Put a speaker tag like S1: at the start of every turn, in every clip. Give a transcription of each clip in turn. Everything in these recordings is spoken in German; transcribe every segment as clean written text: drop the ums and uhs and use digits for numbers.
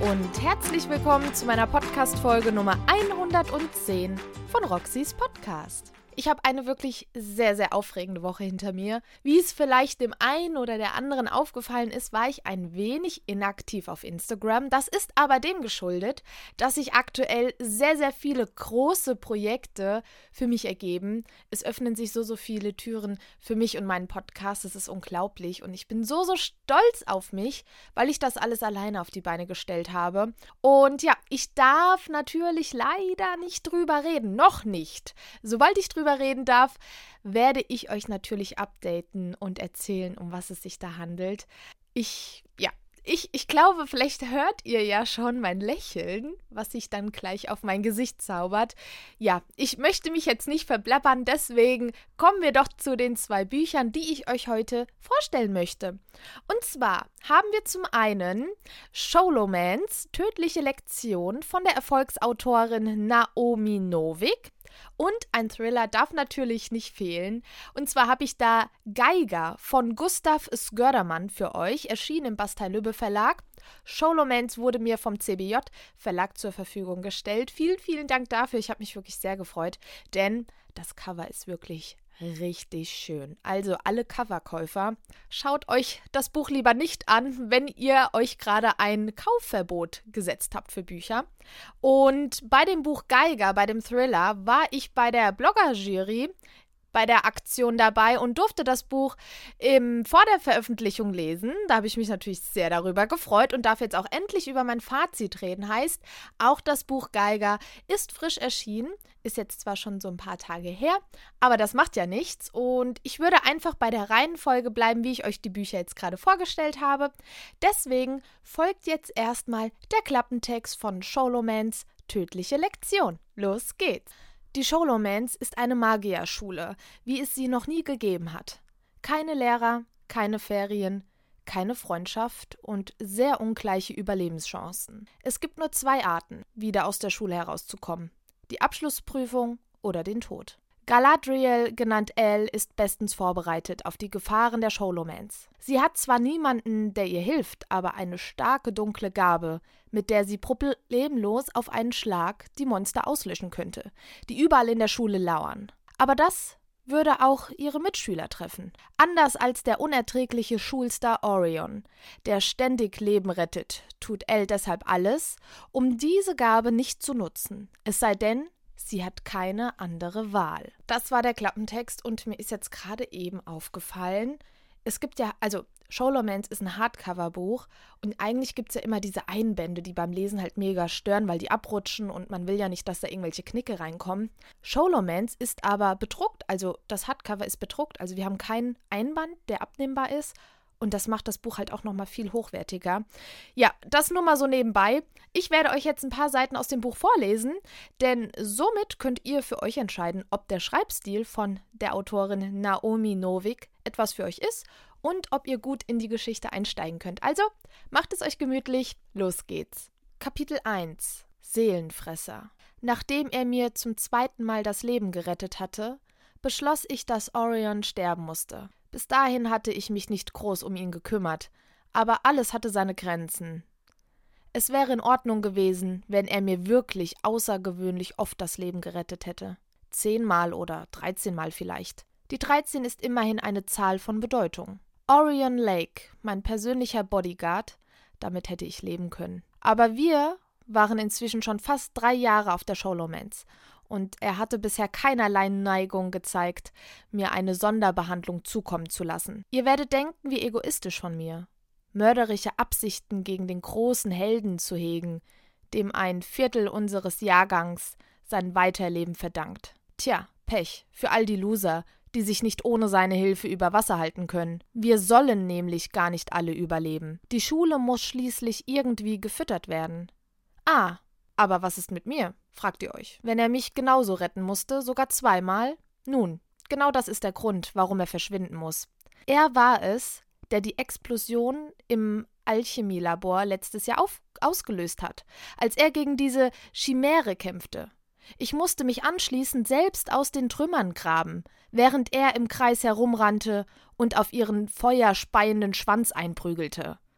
S1: und herzlich willkommen zu meiner Podcast-Folge Nummer 110 von Roxys Podcast. Ich habe eine wirklich sehr, sehr aufregende Woche hinter mir. Wie es vielleicht dem einen oder der anderen aufgefallen ist, war ich ein wenig inaktiv auf Instagram. Das ist aber dem geschuldet, dass sich aktuell sehr, sehr viele große Projekte für mich ergeben. Es öffnen sich so viele Türen für mich und meinen Podcast. Es ist unglaublich und ich bin so stolz auf mich, weil ich das alles alleine auf die Beine gestellt habe. Und ja, ich darf natürlich leider nicht drüber reden. Noch nicht. Sobald ich drüber reden darf, werde ich euch natürlich updaten und erzählen, um was es sich da handelt. Ich glaube, vielleicht hört ihr ja schon mein Lächeln, was sich dann gleich auf mein Gesicht zaubert. Ja, ich möchte mich jetzt nicht verblappern, deswegen kommen wir doch zu den 2 Büchern, die ich euch heute vorstellen möchte. Und zwar haben wir zum einen Scholomance, Tödliche Lektion von der Erfolgsautorin Naomi Novik. Und ein Thriller darf natürlich nicht fehlen. Und zwar habe ich da Geiger von Gustav Skördermann für euch, erschienen im Bastei-Lübbe Verlag. Scholomance wurde mir vom CBJ Verlag zur Verfügung gestellt. Vielen, vielen Dank dafür. Ich habe mich wirklich sehr gefreut, denn das Cover ist wirklich richtig schön. Also alle Coverkäufer, schaut euch das Buch lieber nicht an, wenn ihr euch gerade ein Kaufverbot gesetzt habt für Bücher. Und bei dem Buch Geiger, bei dem Thriller, war ich bei der Blogger-Jury bei der Aktion dabei und durfte das Buch vor der Veröffentlichung lesen. Da habe ich mich natürlich sehr darüber gefreut und darf jetzt auch endlich über mein Fazit reden. Heißt, auch das Buch Geiger ist frisch erschienen, ist jetzt zwar schon so ein paar Tage her, aber das macht ja nichts und ich würde einfach bei der Reihenfolge bleiben, wie ich euch die Bücher jetzt gerade vorgestellt habe. Deswegen folgt jetzt erstmal der Klappentext von Scholomance, Tödliche Lektion. Los geht's! Die Scholomance ist eine Magierschule, wie es sie noch nie gegeben hat. Keine Lehrer, keine Ferien, keine Freundschaft und sehr ungleiche Überlebenschancen. Es gibt nur 2 Arten, wieder aus der Schule herauszukommen: die Abschlussprüfung oder den Tod. Galadriel, genannt Elle, ist bestens vorbereitet auf die Gefahren der Scholomance. Sie hat zwar niemanden, der ihr hilft, aber eine starke dunkle Gabe, mit der sie problemlos auf einen Schlag die Monster auslöschen könnte, die überall in der Schule lauern. Aber das würde auch ihre Mitschüler treffen. Anders als der unerträgliche Schulstar Orion, der ständig Leben rettet, tut Elle deshalb alles, um diese Gabe nicht zu nutzen. Es sei denn, sie hat keine andere Wahl. Das war der Klappentext und mir ist jetzt gerade eben aufgefallen, es gibt ja, also Scholomance ist ein Hardcover-Buch und eigentlich gibt es ja immer diese Einbände, die beim Lesen halt mega stören, weil die abrutschen und man will ja nicht, dass da irgendwelche Knicke reinkommen. Scholomance ist aber bedruckt, also das Hardcover ist bedruckt, also wir haben keinen Einband, der abnehmbar ist. Und das macht das Buch halt auch nochmal viel hochwertiger. Ja, das nur mal so nebenbei. Ich werde euch jetzt ein paar Seiten aus dem Buch vorlesen, denn somit könnt ihr für euch entscheiden, ob der Schreibstil von der Autorin Naomi Novik etwas für euch ist und ob ihr gut in die Geschichte einsteigen könnt. Also, macht es euch gemütlich, los geht's. Kapitel 1: Seelenfresser. Nachdem er mir zum 2. Mal das Leben gerettet hatte, beschloss ich, dass Orion sterben musste. Bis dahin hatte ich mich nicht groß um ihn gekümmert, aber alles hatte seine Grenzen. Es wäre in Ordnung gewesen, wenn er mir wirklich außergewöhnlich oft das Leben gerettet hätte. 10 Mal oder 13 Mal vielleicht. Die 13 ist immerhin eine Zahl von Bedeutung. Orion Lake, mein persönlicher Bodyguard, damit hätte ich leben können. Aber wir waren inzwischen schon fast 3 Jahre auf der Scholomance. Und er hatte bisher keinerlei Neigung gezeigt, mir eine Sonderbehandlung zukommen zu lassen. Ihr werdet denken, wie egoistisch von mir, mörderische Absichten gegen den großen Helden zu hegen, dem ein Viertel unseres Jahrgangs sein Weiterleben verdankt. Tja, Pech für all die Loser, die sich nicht ohne seine Hilfe über Wasser halten können. Wir sollen nämlich gar nicht alle überleben. Die Schule muss schließlich irgendwie gefüttert werden. Ah, aber was ist mit mir? Fragt ihr euch. Wenn er mich genauso retten musste, sogar 2 Mal? Nun, genau das ist der Grund, warum er verschwinden muss. Er war es, der die Explosion im Alchemielabor letztes Jahr ausgelöst hat, als er gegen diese Chimäre kämpfte. Ich musste mich anschließend selbst aus den Trümmern graben, während er im Kreis herumrannte und auf ihren feuerspeienden Schwanz einprügelte.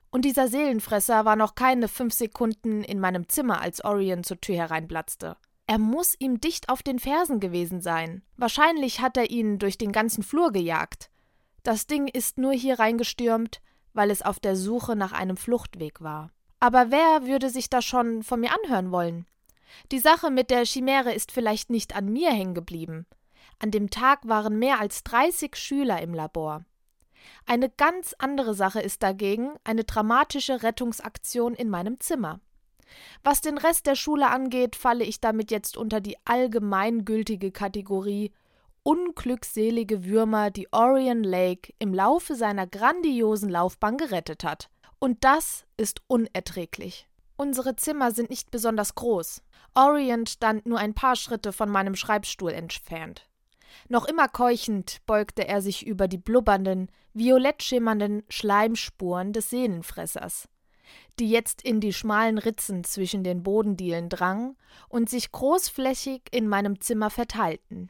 S1: Und dieser Seelenfresser war noch keine 5 Sekunden in meinem Zimmer, als Orion zur Tür hereinplatzte. Er muss ihm dicht auf den Fersen gewesen sein. Wahrscheinlich hat er ihn durch den ganzen Flur gejagt. Das Ding ist nur hier reingestürmt, weil es auf der Suche nach einem Fluchtweg war. Aber wer würde sich das schon von mir anhören wollen? Die Sache mit der Chimäre ist vielleicht nicht an mir hängen geblieben. An dem Tag waren mehr als 30 Schüler im Labor. Eine ganz andere Sache ist dagegen eine dramatische Rettungsaktion in meinem Zimmer. Was den Rest der Schule angeht, falle ich damit jetzt unter die allgemeingültige Kategorie unglückselige Würmer, die Orion Lake im Laufe seiner grandiosen Laufbahn gerettet hat. Und das ist unerträglich. Unsere Zimmer sind nicht besonders groß. Orion stand nur ein paar Schritte von meinem Schreibstuhl entfernt. Noch immer keuchend beugte er sich über die blubbernden, violett schimmernden Schleimspuren des Seelenfressers, die jetzt in die schmalen Ritzen zwischen den Bodendielen drangen und sich großflächig in meinem Zimmer verteilten.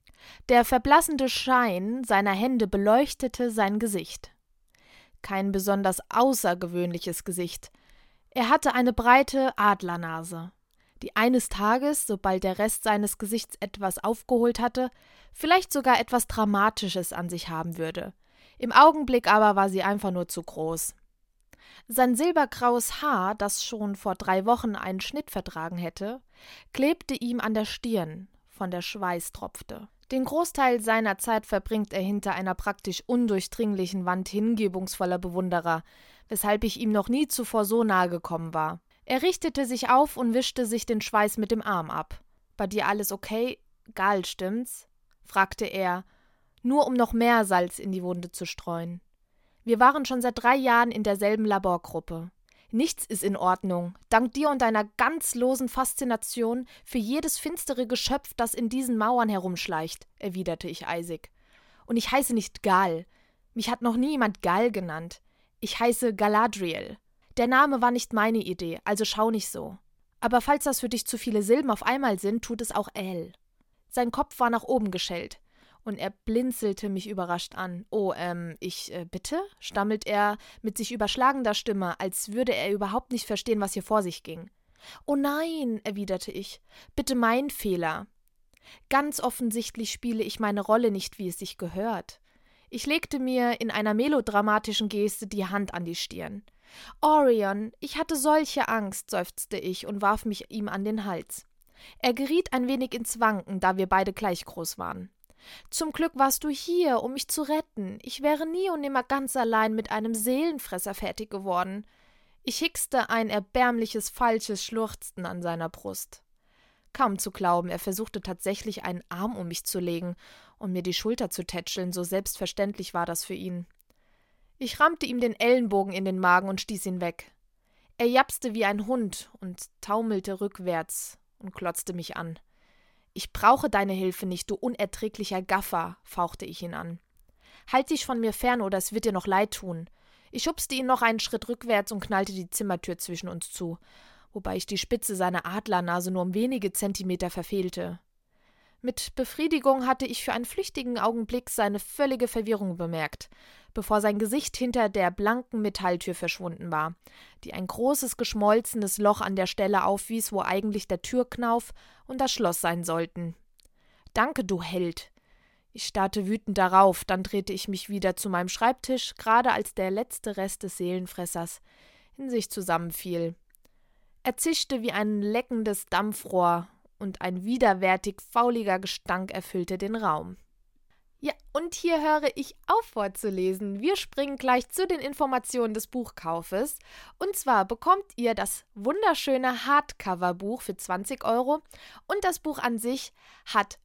S1: Der verblassende Schein seiner Hände beleuchtete sein Gesicht. Kein besonders außergewöhnliches Gesicht. Er hatte eine breite Adlernase, die eines Tages, sobald der Rest seines Gesichts etwas aufgeholt hatte, vielleicht sogar etwas Dramatisches an sich haben würde. Im Augenblick aber war sie einfach nur zu groß. Sein silbergraues Haar, das schon vor 3 Wochen einen Schnitt vertragen hätte, klebte ihm an der Stirn, von der Schweiß tropfte. Den Großteil seiner Zeit verbringt er hinter einer praktisch undurchdringlichen Wand hingebungsvoller Bewunderer, weshalb ich ihm noch nie zuvor so nahe gekommen war. Er richtete sich auf und wischte sich den Schweiß mit dem Arm ab. »Bei dir alles okay? Gal, stimmt's?« fragte er, nur um noch mehr Salz in die Wunde zu streuen. Wir waren schon seit 3 Jahren in derselben Laborgruppe. Nichts ist in Ordnung, dank dir und deiner ganz losen Faszination für jedes finstere Geschöpf, das in diesen Mauern herumschleicht, erwiderte ich eisig. Und ich heiße nicht Gal. Mich hat noch nie jemand Gal genannt. Ich heiße Galadriel. Der Name war nicht meine Idee, also schau nicht so. Aber falls das für dich zu viele Silben auf einmal sind, tut es auch El. Sein Kopf war nach oben geschellt. Und er blinzelte mich überrascht an. »Oh, bitte?« stammelt er mit sich überschlagender Stimme, als würde er überhaupt nicht verstehen, was hier vor sich ging. »Oh nein«, erwiderte ich, »bitte mein Fehler. Ganz offensichtlich spiele ich meine Rolle nicht, wie es sich gehört.« Ich legte mir in einer melodramatischen Geste die Hand an die Stirn. »Orion, ich hatte solche Angst«, seufzte ich und warf mich ihm an den Hals. Er geriet ein wenig ins Wanken, da wir beide gleich groß waren. »Zum Glück warst du hier, um mich zu retten. Ich wäre nie und nimmer ganz allein mit einem Seelenfresser fertig geworden.« Ich hickste ein erbärmliches, falsches Schluchzen an seiner Brust. Kaum zu glauben, er versuchte tatsächlich einen Arm um mich zu legen und mir die Schulter zu tätscheln, so selbstverständlich war das für ihn. Ich rammte ihm den Ellenbogen in den Magen und stieß ihn weg. Er japste wie ein Hund und taumelte rückwärts und klotzte mich an. »Ich brauche deine Hilfe nicht, du unerträglicher Gaffer«, fauchte ich ihn an. »Halt dich von mir fern, oder es wird dir noch leid tun.« Ich schubste ihn noch einen Schritt rückwärts und knallte die Zimmertür zwischen uns zu, wobei ich die Spitze seiner Adlernase nur um wenige Zentimeter verfehlte. Mit Befriedigung hatte ich für einen flüchtigen Augenblick seine völlige Verwirrung bemerkt, bevor sein Gesicht hinter der blanken Metalltür verschwunden war, die ein großes geschmolzenes Loch an der Stelle aufwies, wo eigentlich der Türknauf und das Schloss sein sollten. »Danke, du Held!« Ich starrte wütend darauf, dann drehte ich mich wieder zu meinem Schreibtisch, gerade als der letzte Rest des Seelenfressers in sich zusammenfiel. Er zischte wie ein leckendes Dampfrohr, und ein widerwärtig fauliger Gestank erfüllte den Raum. Ja, und hier höre ich auf vorzulesen. Wir springen gleich zu den Informationen des Buchkaufes. Und zwar bekommt ihr das wunderschöne Hardcover-Buch für 20 € und das Buch an sich hat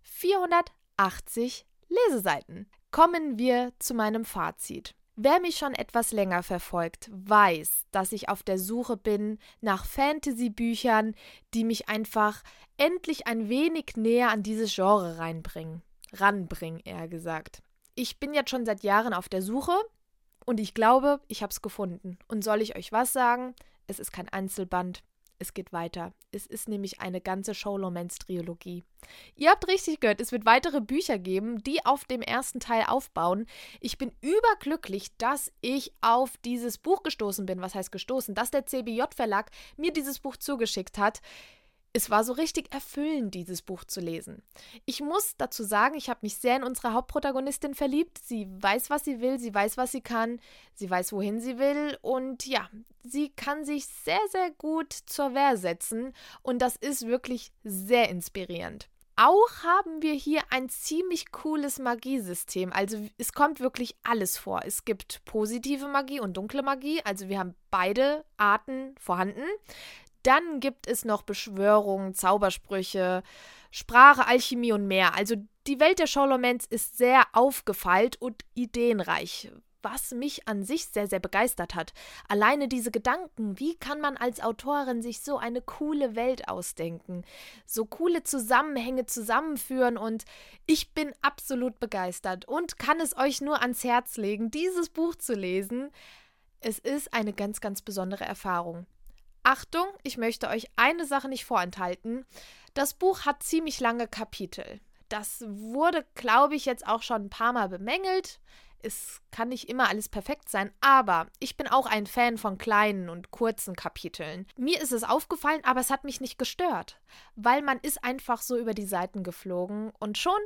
S1: 480 Leseseiten. Kommen wir zu meinem Fazit. Wer mich schon etwas länger verfolgt, weiß, dass ich auf der Suche bin nach Fantasy-Büchern, die mich einfach endlich ein wenig näher an dieses Genre ranbringen, eher gesagt. Ich bin jetzt schon seit Jahren auf der Suche und ich glaube, ich habe es gefunden. Und soll ich euch was sagen? Es ist kein Einzelband, es geht weiter. Es ist nämlich eine ganze Showromance-Trilogie. Ihr habt richtig gehört, es wird weitere Bücher geben, die auf dem ersten Teil aufbauen. Ich bin überglücklich, dass ich auf dieses Buch gestoßen bin. Was heißt gestoßen? Dass der CBJ-Verlag mir dieses Buch zugeschickt hat. Es war so richtig erfüllend, dieses Buch zu lesen. Ich muss dazu sagen, ich habe mich sehr in unsere Hauptprotagonistin verliebt. Sie weiß, was sie will, sie weiß, was sie kann, sie weiß, wohin sie will und ja, sie kann sich sehr, sehr gut zur Wehr setzen und das ist wirklich sehr inspirierend. Auch haben wir hier ein ziemlich cooles Magiesystem, also es kommt wirklich alles vor. Es gibt positive Magie und dunkle Magie, also wir haben beide Arten vorhanden. Dann gibt es noch Beschwörungen, Zaubersprüche, Sprache, Alchemie und mehr. Also die Welt der Showromance ist sehr aufgefeilt und ideenreich, was mich an sich sehr, sehr begeistert hat. Alleine diese Gedanken, wie kann man als Autorin sich so eine coole Welt ausdenken, so coole Zusammenhänge zusammenführen und ich bin absolut begeistert und kann es euch nur ans Herz legen, dieses Buch zu lesen. Es ist eine ganz, ganz besondere Erfahrung. Achtung, ich möchte euch eine Sache nicht vorenthalten. Das Buch hat ziemlich lange Kapitel. Das wurde, glaube ich, jetzt auch schon ein paar Mal bemängelt. Es kann nicht immer alles perfekt sein, aber ich bin auch ein Fan von kleinen und kurzen Kapiteln. Mir ist es aufgefallen, aber es hat mich nicht gestört, weil man ist einfach so über die Seiten geflogen und schon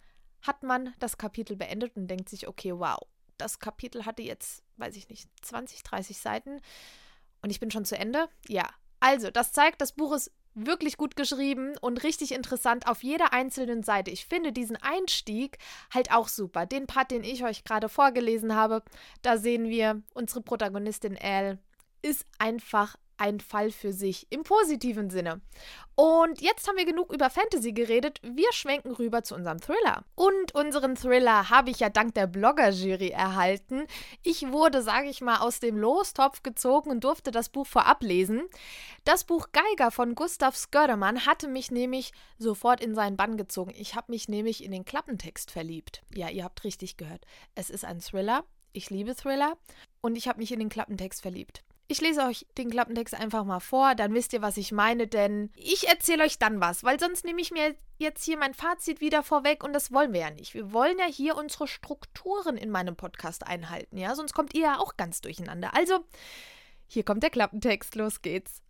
S1: hat man das Kapitel beendet und denkt sich, okay, wow, das Kapitel hatte jetzt, weiß ich nicht, 20, 30 Seiten. Und ich bin schon zu Ende? Ja. Also, das zeigt, das Buch ist wirklich gut geschrieben und richtig interessant auf jeder einzelnen Seite. Ich finde diesen Einstieg halt auch super. Den Part, den ich euch gerade vorgelesen habe, da sehen wir, unsere Protagonistin Elle ist einfach ein Fall für sich, im positiven Sinne. Und jetzt haben wir genug über Fantasy geredet, wir schwenken rüber zu unserem Thriller. Und unseren Thriller habe ich ja dank der Blogger-Jury erhalten. Ich wurde, sage ich mal, aus dem Lostopf gezogen und durfte das Buch vorab lesen. Das Buch Geiger von Gustav Skördemann hatte mich nämlich sofort in seinen Bann gezogen. Ich habe mich nämlich in den Klappentext verliebt. Ja, ihr habt richtig gehört. Es ist ein Thriller. Ich liebe Thriller. Und ich habe mich in den Klappentext verliebt. Ich lese euch den Klappentext einfach mal vor, dann wisst ihr, was ich meine, denn ich erzähle euch dann was, weil sonst nehme ich mir jetzt hier mein Fazit wieder vorweg und das wollen wir ja nicht. Wir wollen ja hier unsere Strukturen in meinem Podcast einhalten, ja, sonst kommt ihr ja auch ganz durcheinander. Also, hier kommt der Klappentext, los geht's.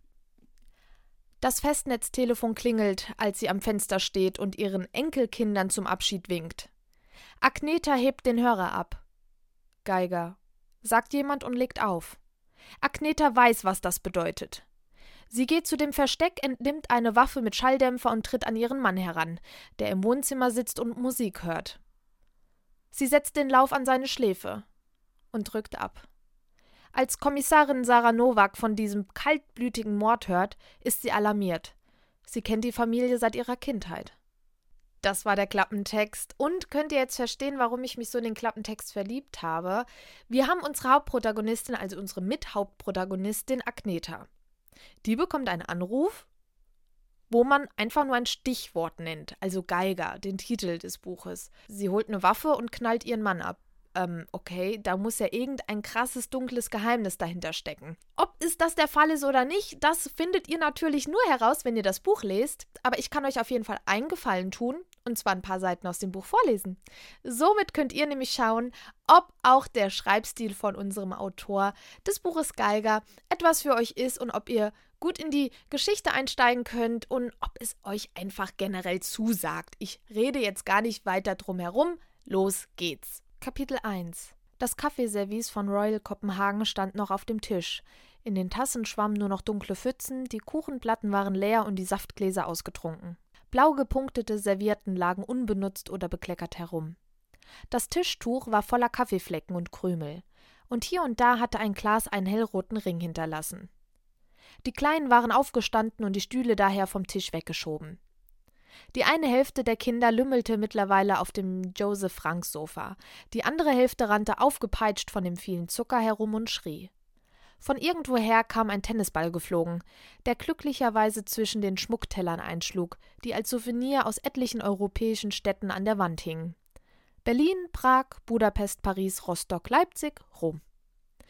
S1: Das Festnetztelefon klingelt, als sie am Fenster steht und ihren Enkelkindern zum Abschied winkt. Agneta hebt den Hörer ab. Geiger, sagt jemand und legt auf. Agneta weiß, was das bedeutet. Sie geht zu dem Versteck, entnimmt eine Waffe mit Schalldämpfer und tritt an ihren Mann heran, der im Wohnzimmer sitzt und Musik hört. Sie setzt den Lauf an seine Schläfe und drückt ab. Als Kommissarin Sarah Nowak von diesem kaltblütigen Mord hört, ist sie alarmiert. Sie kennt die Familie seit ihrer Kindheit. Das war der Klappentext. Und könnt ihr jetzt verstehen, warum ich mich so in den Klappentext verliebt habe? Wir haben unsere Hauptprotagonistin, also unsere Mithauptprotagonistin Agneta. Die bekommt einen Anruf, wo man einfach nur ein Stichwort nennt, also Geiger, den Titel des Buches. Sie holt eine Waffe und knallt ihren Mann ab. Okay, da muss ja irgendein krasses, dunkles Geheimnis dahinter stecken. Ob das der Fall ist oder nicht, das findet ihr natürlich nur heraus, wenn ihr das Buch lest. Aber ich kann euch auf jeden Fall einen Gefallen tun, und zwar ein paar Seiten aus dem Buch vorlesen. Somit könnt ihr nämlich schauen, ob auch der Schreibstil von unserem Autor des Buches Geiger etwas für euch ist und ob ihr gut in die Geschichte einsteigen könnt und ob es euch einfach generell zusagt. Ich rede jetzt gar nicht weiter drum herum. Los geht's. Kapitel 1. Das Kaffeeservice von Royal Kopenhagen stand noch auf dem Tisch. In den Tassen schwammen nur noch dunkle Pfützen, die Kuchenplatten waren leer und die Saftgläser ausgetrunken. Blau gepunktete Servietten lagen unbenutzt oder bekleckert herum. Das Tischtuch war voller Kaffeeflecken und Krümel. Und hier und da hatte ein Glas einen hellroten Ring hinterlassen. Die Kleinen waren aufgestanden und die Stühle daher vom Tisch weggeschoben. Die eine Hälfte der Kinder lümmelte mittlerweile auf dem Joseph-Frank-Sofa. Die andere Hälfte rannte aufgepeitscht von dem vielen Zucker herum und schrie. Von irgendwoher kam ein Tennisball geflogen, der glücklicherweise zwischen den Schmucktellern einschlug, die als Souvenir aus etlichen europäischen Städten an der Wand hingen. Berlin, Prag, Budapest, Paris, Rostock, Leipzig, Rom.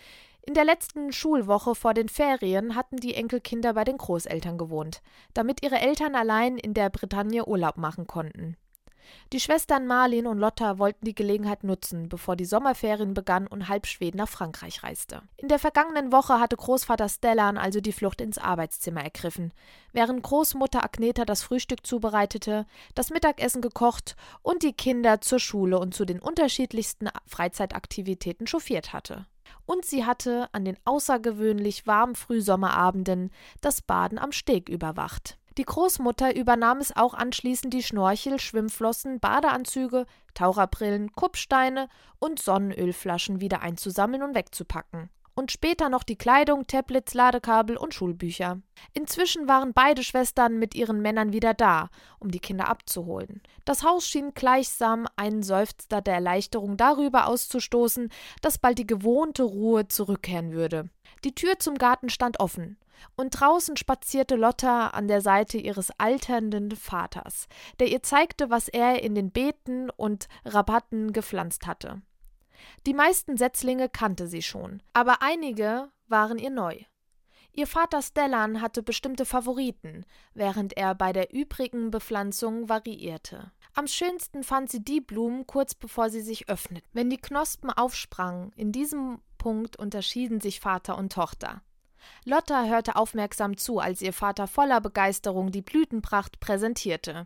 S1: In der letzten Schulwoche vor den Ferien hatten die Enkelkinder bei den Großeltern gewohnt, damit ihre Eltern allein in der Bretagne Urlaub machen konnten. Die Schwestern Marlin und Lotta wollten die Gelegenheit nutzen, bevor die Sommerferien begannen und halb Schweden nach Frankreich reiste. In der vergangenen Woche hatte Großvater Stellan also die Flucht ins Arbeitszimmer ergriffen, während Großmutter Agneta das Frühstück zubereitete, das Mittagessen gekocht und die Kinder zur Schule und zu den unterschiedlichsten Freizeitaktivitäten chauffiert hatte. Und sie hatte an den außergewöhnlich warmen Frühsommerabenden das Baden am Steg überwacht. Die Großmutter übernahm es auch anschließend, die Schnorchel, Schwimmflossen, Badeanzüge, Taucherbrillen, Kuppsteine und Sonnenölflaschen wieder einzusammeln und wegzupacken. Und später noch die Kleidung, Tablets, Ladekabel und Schulbücher. Inzwischen waren beide Schwestern mit ihren Männern wieder da, um die Kinder abzuholen. Das Haus schien gleichsam einen Seufzer der Erleichterung darüber auszustoßen, dass bald die gewohnte Ruhe zurückkehren würde. Die Tür zum Garten stand offen. Und draußen spazierte Lotta an der Seite ihres alternden Vaters, der ihr zeigte, was er in den Beeten und Rabatten gepflanzt hatte. Die meisten Setzlinge kannte sie schon, aber einige waren ihr neu. Ihr Vater Stellan hatte bestimmte Favoriten, während er bei der übrigen Bepflanzung variierte. Am schönsten fand sie die Blumen kurz bevor sie sich öffneten. Wenn die Knospen aufsprangen, in diesem Punkt unterschieden sich Vater und Tochter. Lotta hörte aufmerksam zu, als ihr Vater voller Begeisterung die Blütenpracht präsentierte.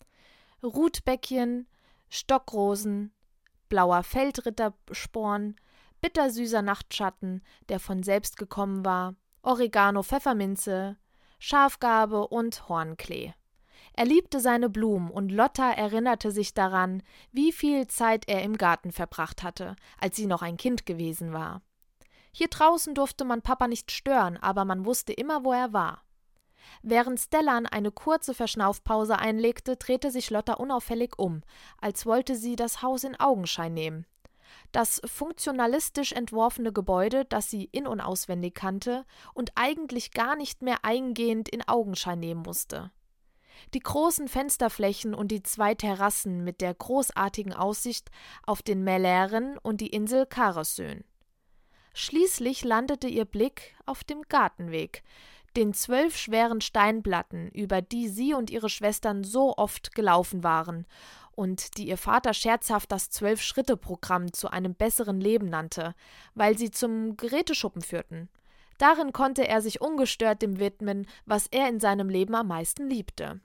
S1: Rudbäckchen, Stockrosen, blauer Feldrittersporn, bittersüßer Nachtschatten, der von selbst gekommen war, Oregano, Pfefferminze, Schafgarbe und Hornklee. Er liebte seine Blumen und Lotta erinnerte sich daran, wie viel Zeit er im Garten verbracht hatte, als sie noch ein Kind gewesen war. Hier draußen durfte man Papa nicht stören, aber man wusste immer, wo er war. Während Stellan eine kurze Verschnaufpause einlegte, drehte sich Lotta unauffällig um, als wollte sie das Haus in Augenschein nehmen. Das funktionalistisch entworfene Gebäude, das sie in- und auswendig kannte und eigentlich gar nicht mehr eingehend in Augenschein nehmen musste. Die großen Fensterflächen und die 2 Terrassen mit der großartigen Aussicht auf den Mälären und die Insel Karasön. Schließlich landete ihr Blick auf dem Gartenweg, den 12 schweren Steinplatten, über die sie und ihre Schwestern so oft gelaufen waren und die ihr Vater scherzhaft das 12-Schritte-Programm zu einem besseren Leben nannte, weil sie zum Geräteschuppen führten. Darin konnte er sich ungestört dem widmen, was er in seinem Leben am meisten liebte.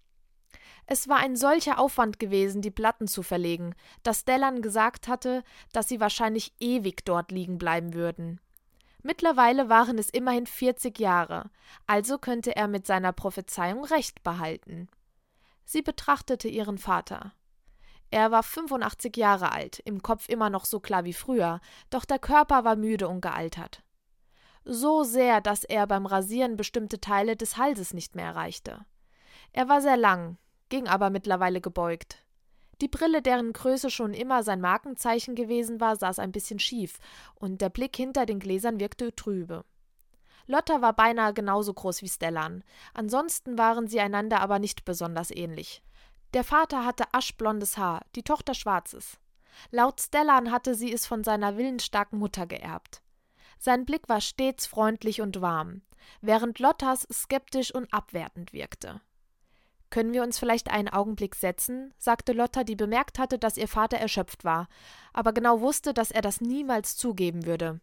S1: Es war ein solcher Aufwand gewesen, die Platten zu verlegen, dass Stellan gesagt hatte, dass sie wahrscheinlich ewig dort liegen bleiben würden. Mittlerweile waren es immerhin 40 Jahre, also könnte er mit seiner Prophezeiung recht behalten. Sie betrachtete ihren Vater. Er war 85 Jahre alt, im Kopf immer noch so klar wie früher, doch der Körper war müde und gealtert. So sehr, dass er beim Rasieren bestimmte Teile des Halses nicht mehr erreichte. Er war sehr lang, ging aber mittlerweile gebeugt. Die Brille, deren Größe schon immer sein Markenzeichen gewesen war, saß ein bisschen schief, und der Blick hinter den Gläsern wirkte trübe. Lotta war beinahe genauso groß wie Stellan, ansonsten waren sie einander aber nicht besonders ähnlich. Der Vater hatte aschblondes Haar, die Tochter schwarzes. Laut Stellan hatte sie es von seiner willensstarken Mutter geerbt. Sein Blick war stets freundlich und warm, während Lottas skeptisch und abwertend wirkte. »Können wir uns vielleicht einen Augenblick setzen?« sagte Lotta, die bemerkt hatte, dass ihr Vater erschöpft war, aber genau wusste, dass er das niemals zugeben würde.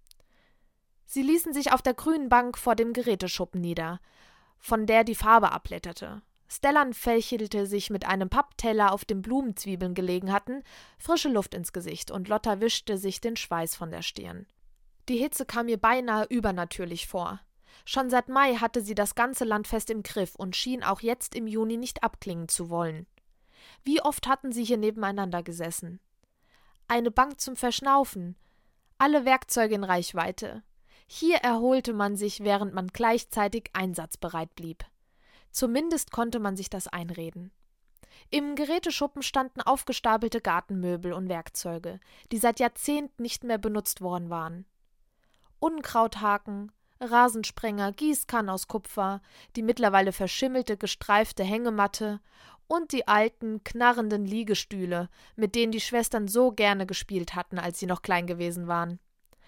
S1: Sie ließen sich auf der grünen Bank vor dem Geräteschuppen nieder, von der die Farbe abblätterte. Stellan fächelte sich mit einem Pappteller, auf dem Blumenzwiebeln gelegen hatten, frische Luft ins Gesicht, und Lotta wischte sich den Schweiß von der Stirn. Die Hitze kam ihr beinahe übernatürlich vor. Schon seit Mai hatte sie das ganze Land fest im Griff und schien auch jetzt im Juni nicht abklingen zu wollen. Wie oft hatten sie hier nebeneinander gesessen? Eine Bank zum Verschnaufen, alle Werkzeuge in Reichweite. Hier erholte man sich, während man gleichzeitig einsatzbereit blieb. Zumindest konnte man sich das einreden. Im Geräteschuppen standen aufgestapelte Gartenmöbel und Werkzeuge, die seit Jahrzehnten nicht mehr benutzt worden waren. Unkrauthaken, Rasensprenger, Gießkannen aus Kupfer, die mittlerweile verschimmelte, gestreifte Hängematte und die alten, knarrenden Liegestühle, mit denen die Schwestern so gerne gespielt hatten, als sie noch klein gewesen waren.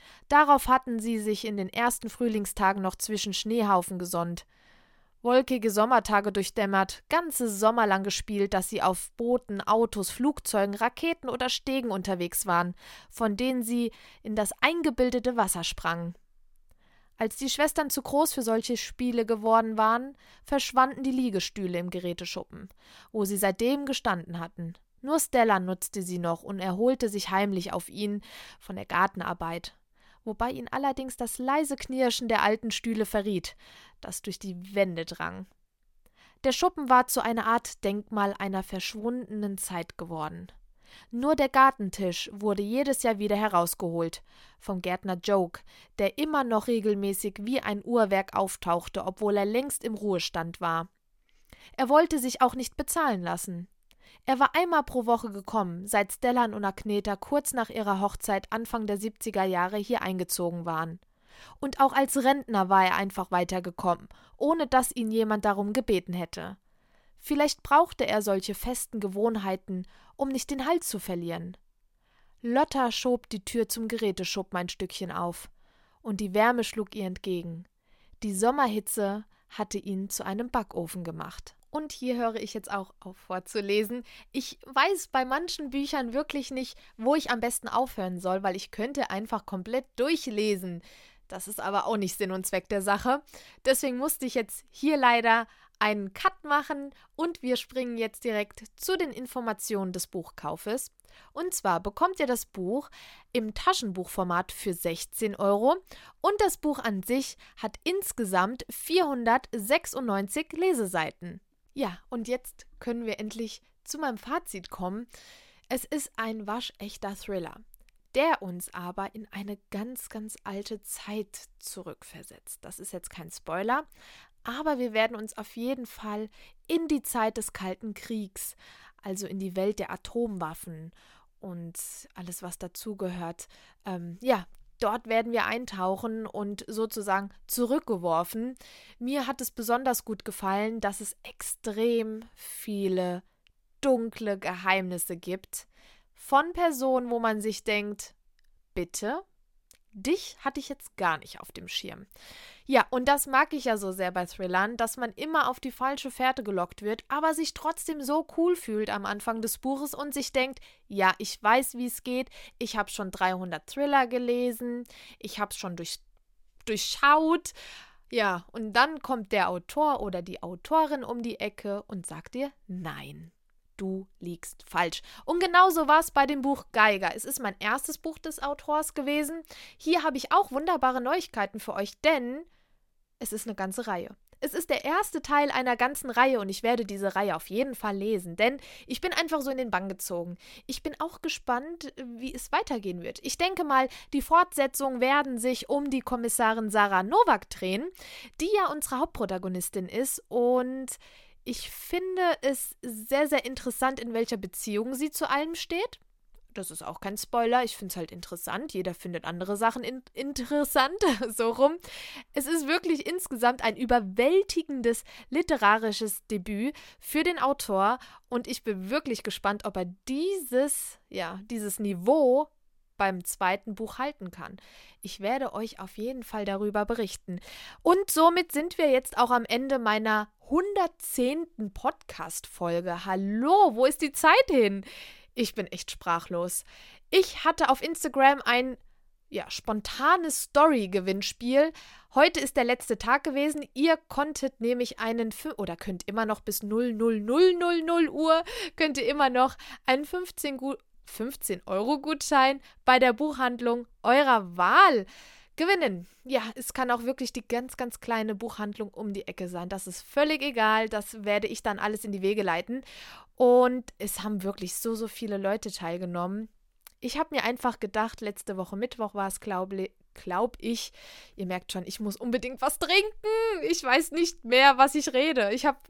S1: Darauf hatten sie sich in den ersten Frühlingstagen noch zwischen Schneehaufen gesonnt. Wolkige Sommertage durchdämmert, ganze Sommer lang gespielt, dass sie auf Booten, Autos, Flugzeugen, Raketen oder Stegen unterwegs waren, von denen sie in das eingebildete Wasser sprangen. Als die Schwestern zu groß für solche Spiele geworden waren, verschwanden die Liegestühle im Geräteschuppen, wo sie seitdem gestanden hatten. Nur Stella nutzte sie noch und erholte sich heimlich auf ihn von der Gartenarbeit, wobei ihn allerdings das leise Knirschen der alten Stühle verriet, das durch die Wände drang. Der Schuppen war zu einer Art Denkmal einer verschwundenen Zeit geworden. Nur der Gartentisch wurde jedes Jahr wieder herausgeholt, vom Gärtner Joke, der immer noch regelmäßig wie ein Uhrwerk auftauchte, obwohl er längst im Ruhestand war. Er wollte sich auch nicht bezahlen lassen. Er war einmal pro Woche gekommen, seit Stellan und Agneta kurz nach ihrer Hochzeit Anfang der 70er Jahre hier eingezogen waren. Und auch als Rentner war er einfach weitergekommen, ohne dass ihn jemand darum gebeten hätte. Vielleicht brauchte er solche festen Gewohnheiten, um nicht den Halt zu verlieren. Lotta schob die Tür zum Geräteschuppen ein Stückchen auf, und die Wärme schlug ihr entgegen. Die Sommerhitze hatte ihn zu einem Backofen gemacht. Und hier höre ich jetzt auch auf vorzulesen. Ich weiß bei manchen Büchern wirklich nicht, wo ich am besten aufhören soll, weil ich könnte einfach komplett durchlesen. Das ist aber auch nicht Sinn und Zweck der Sache. Deswegen musste ich jetzt hier leider einen Cut machen und wir springen jetzt direkt zu den Informationen des Buchkaufes. Und zwar bekommt ihr das Buch im Taschenbuchformat für 16 € und das Buch an sich hat insgesamt 496 Leseseiten. Ja, und jetzt können wir endlich zu meinem Fazit kommen. Es ist ein waschechter Thriller, der uns aber in eine ganz, ganz alte Zeit zurückversetzt. Das ist jetzt kein Spoiler, aber wir werden uns auf jeden Fall in die Zeit des Kalten Kriegs, also in die Welt der Atomwaffen und alles, was dazugehört, dort werden wir eintauchen und sozusagen zurückgeworfen. Mir hat es besonders gut gefallen, dass es extrem viele dunkle Geheimnisse gibt von Personen, wo man sich denkt, bitte? Dich hatte ich jetzt gar nicht auf dem Schirm. Ja, und das mag ich ja so sehr bei Thrillern, dass man immer auf die falsche Fährte gelockt wird, aber sich trotzdem so cool fühlt am Anfang des Buches und sich denkt, ja, ich weiß, wie es geht, ich habe schon 300 Thriller gelesen, ich habe es schon durchschaut. Ja, und dann kommt der Autor oder die Autorin um die Ecke und sagt dir, nein. Du liegst falsch. Und genauso war es bei dem Buch Geiger. Es ist mein erstes Buch des Autors gewesen. Hier habe ich auch wunderbare Neuigkeiten für euch, denn es ist eine ganze Reihe. Es ist der erste Teil einer ganzen Reihe und ich werde diese Reihe auf jeden Fall lesen, denn ich bin einfach so in den Bann gezogen. Ich bin auch gespannt, wie es weitergehen wird. Ich denke mal, die Fortsetzungen werden sich um die Kommissarin Sarah Novak drehen, die ja unsere Hauptprotagonistin ist und ich finde es sehr, sehr interessant, in welcher Beziehung sie zu allem steht. Das ist auch kein Spoiler, ich finde es halt interessant. Jeder findet andere Sachen interessant, so rum. Es ist wirklich insgesamt ein überwältigendes literarisches Debüt für den Autor und ich bin wirklich gespannt, ob er dieses Niveau beim zweiten Buch halten kann. Ich werde euch auf jeden Fall darüber berichten. Und somit sind wir jetzt auch am Ende meiner 110. Podcast-Folge. Hallo, wo ist die Zeit hin? Ich bin echt sprachlos. Ich hatte auf Instagram ein spontanes Story-Gewinnspiel. Heute ist der letzte Tag gewesen. Ihr konntet nämlich könnt immer noch bis 00:00 Uhr, könnt ihr immer noch einen 15-Euro-Gutschein bei der Buchhandlung eurer Wahl gewinnen. Ja, es kann auch wirklich die ganz, ganz kleine Buchhandlung um die Ecke sein. Das ist völlig egal. Das werde ich dann alles in die Wege leiten. Und es haben wirklich so, so viele Leute teilgenommen. Ich habe mir einfach gedacht, letzte Woche Mittwoch war es, glaube ich, ihr merkt schon, ich muss unbedingt was trinken. Ich weiß nicht mehr, was ich rede.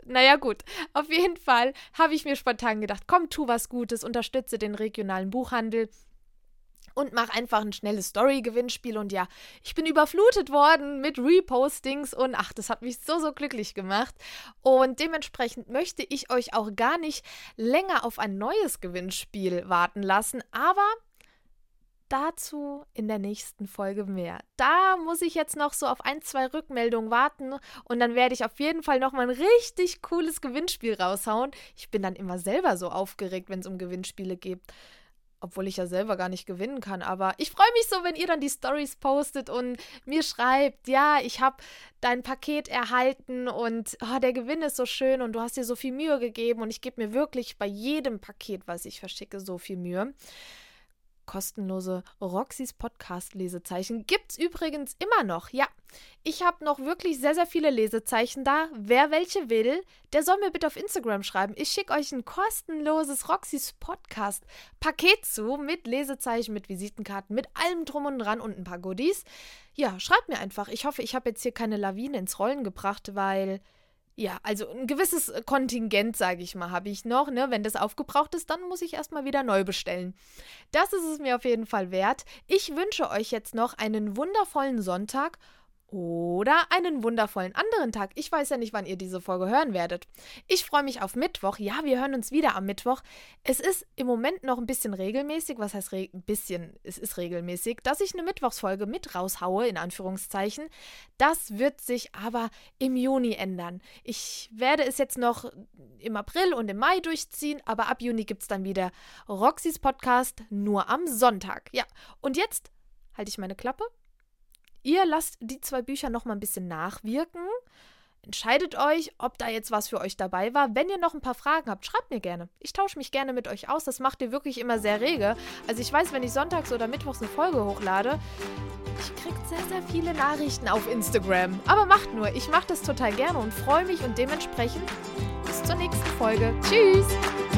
S1: Auf jeden Fall habe ich mir spontan gedacht, komm, tu was Gutes, unterstütze den regionalen Buchhandel und mach einfach ein schnelles Story-Gewinnspiel. Und ja, ich bin überflutet worden mit Repostings und das hat mich so, so glücklich gemacht. Und dementsprechend möchte ich euch auch gar nicht länger auf ein neues Gewinnspiel warten lassen, aber dazu in der nächsten Folge mehr. Da muss ich jetzt noch so auf 1, 2 Rückmeldungen warten und dann werde ich auf jeden Fall nochmal ein richtig cooles Gewinnspiel raushauen. Ich bin dann immer selber so aufgeregt, wenn es um Gewinnspiele geht. Obwohl ich ja selber gar nicht gewinnen kann, aber ich freue mich so, wenn ihr dann die Stories postet und mir schreibt, ja, ich habe dein Paket erhalten und der Gewinn ist so schön und du hast dir so viel Mühe gegeben und ich gebe mir wirklich bei jedem Paket, was ich verschicke, so viel Mühe. Kostenlose Roxys Podcast-Lesezeichen gibt's übrigens immer noch. Ja, ich habe noch wirklich sehr, sehr viele Lesezeichen da. Wer welche will, der soll mir bitte auf Instagram schreiben. Ich schicke euch ein kostenloses Roxys Podcast-Paket zu mit Lesezeichen, mit Visitenkarten, mit allem drum und dran und ein paar Goodies. Ja, schreibt mir einfach. Ich hoffe, ich habe jetzt hier keine Lawine ins Rollen gebracht, weil... Ja, also ein gewisses Kontingent, sage ich mal, habe ich noch. Ne? Wenn das aufgebraucht ist, dann muss ich erstmal wieder neu bestellen. Das ist es mir auf jeden Fall wert. Ich wünsche euch jetzt noch einen wundervollen Sonntag oder einen wundervollen anderen Tag. Ich weiß ja nicht, wann ihr diese Folge hören werdet. Ich freue mich auf Mittwoch. Ja, wir hören uns wieder am Mittwoch. Es ist im Moment noch ein bisschen regelmäßig. Was heißt ein bisschen? Es ist regelmäßig, dass ich eine Mittwochsfolge mit raushaue, in Anführungszeichen. Das wird sich aber im Juni ändern. Ich werde es jetzt noch im April und im Mai durchziehen, aber ab Juni gibt es dann wieder Roxys Podcast nur am Sonntag. Ja, und jetzt halte ich meine Klappe. Ihr lasst die 2 Bücher noch mal ein bisschen nachwirken. Entscheidet euch, ob da jetzt was für euch dabei war. Wenn ihr noch ein paar Fragen habt, schreibt mir gerne. Ich tausche mich gerne mit euch aus. Das macht ihr wirklich immer sehr rege. Also ich weiß, wenn ich sonntags oder mittwochs eine Folge hochlade, ich kriege sehr, sehr viele Nachrichten auf Instagram. Aber macht nur. Ich mache das total gerne und freue mich und dementsprechend bis zur nächsten Folge. Tschüss!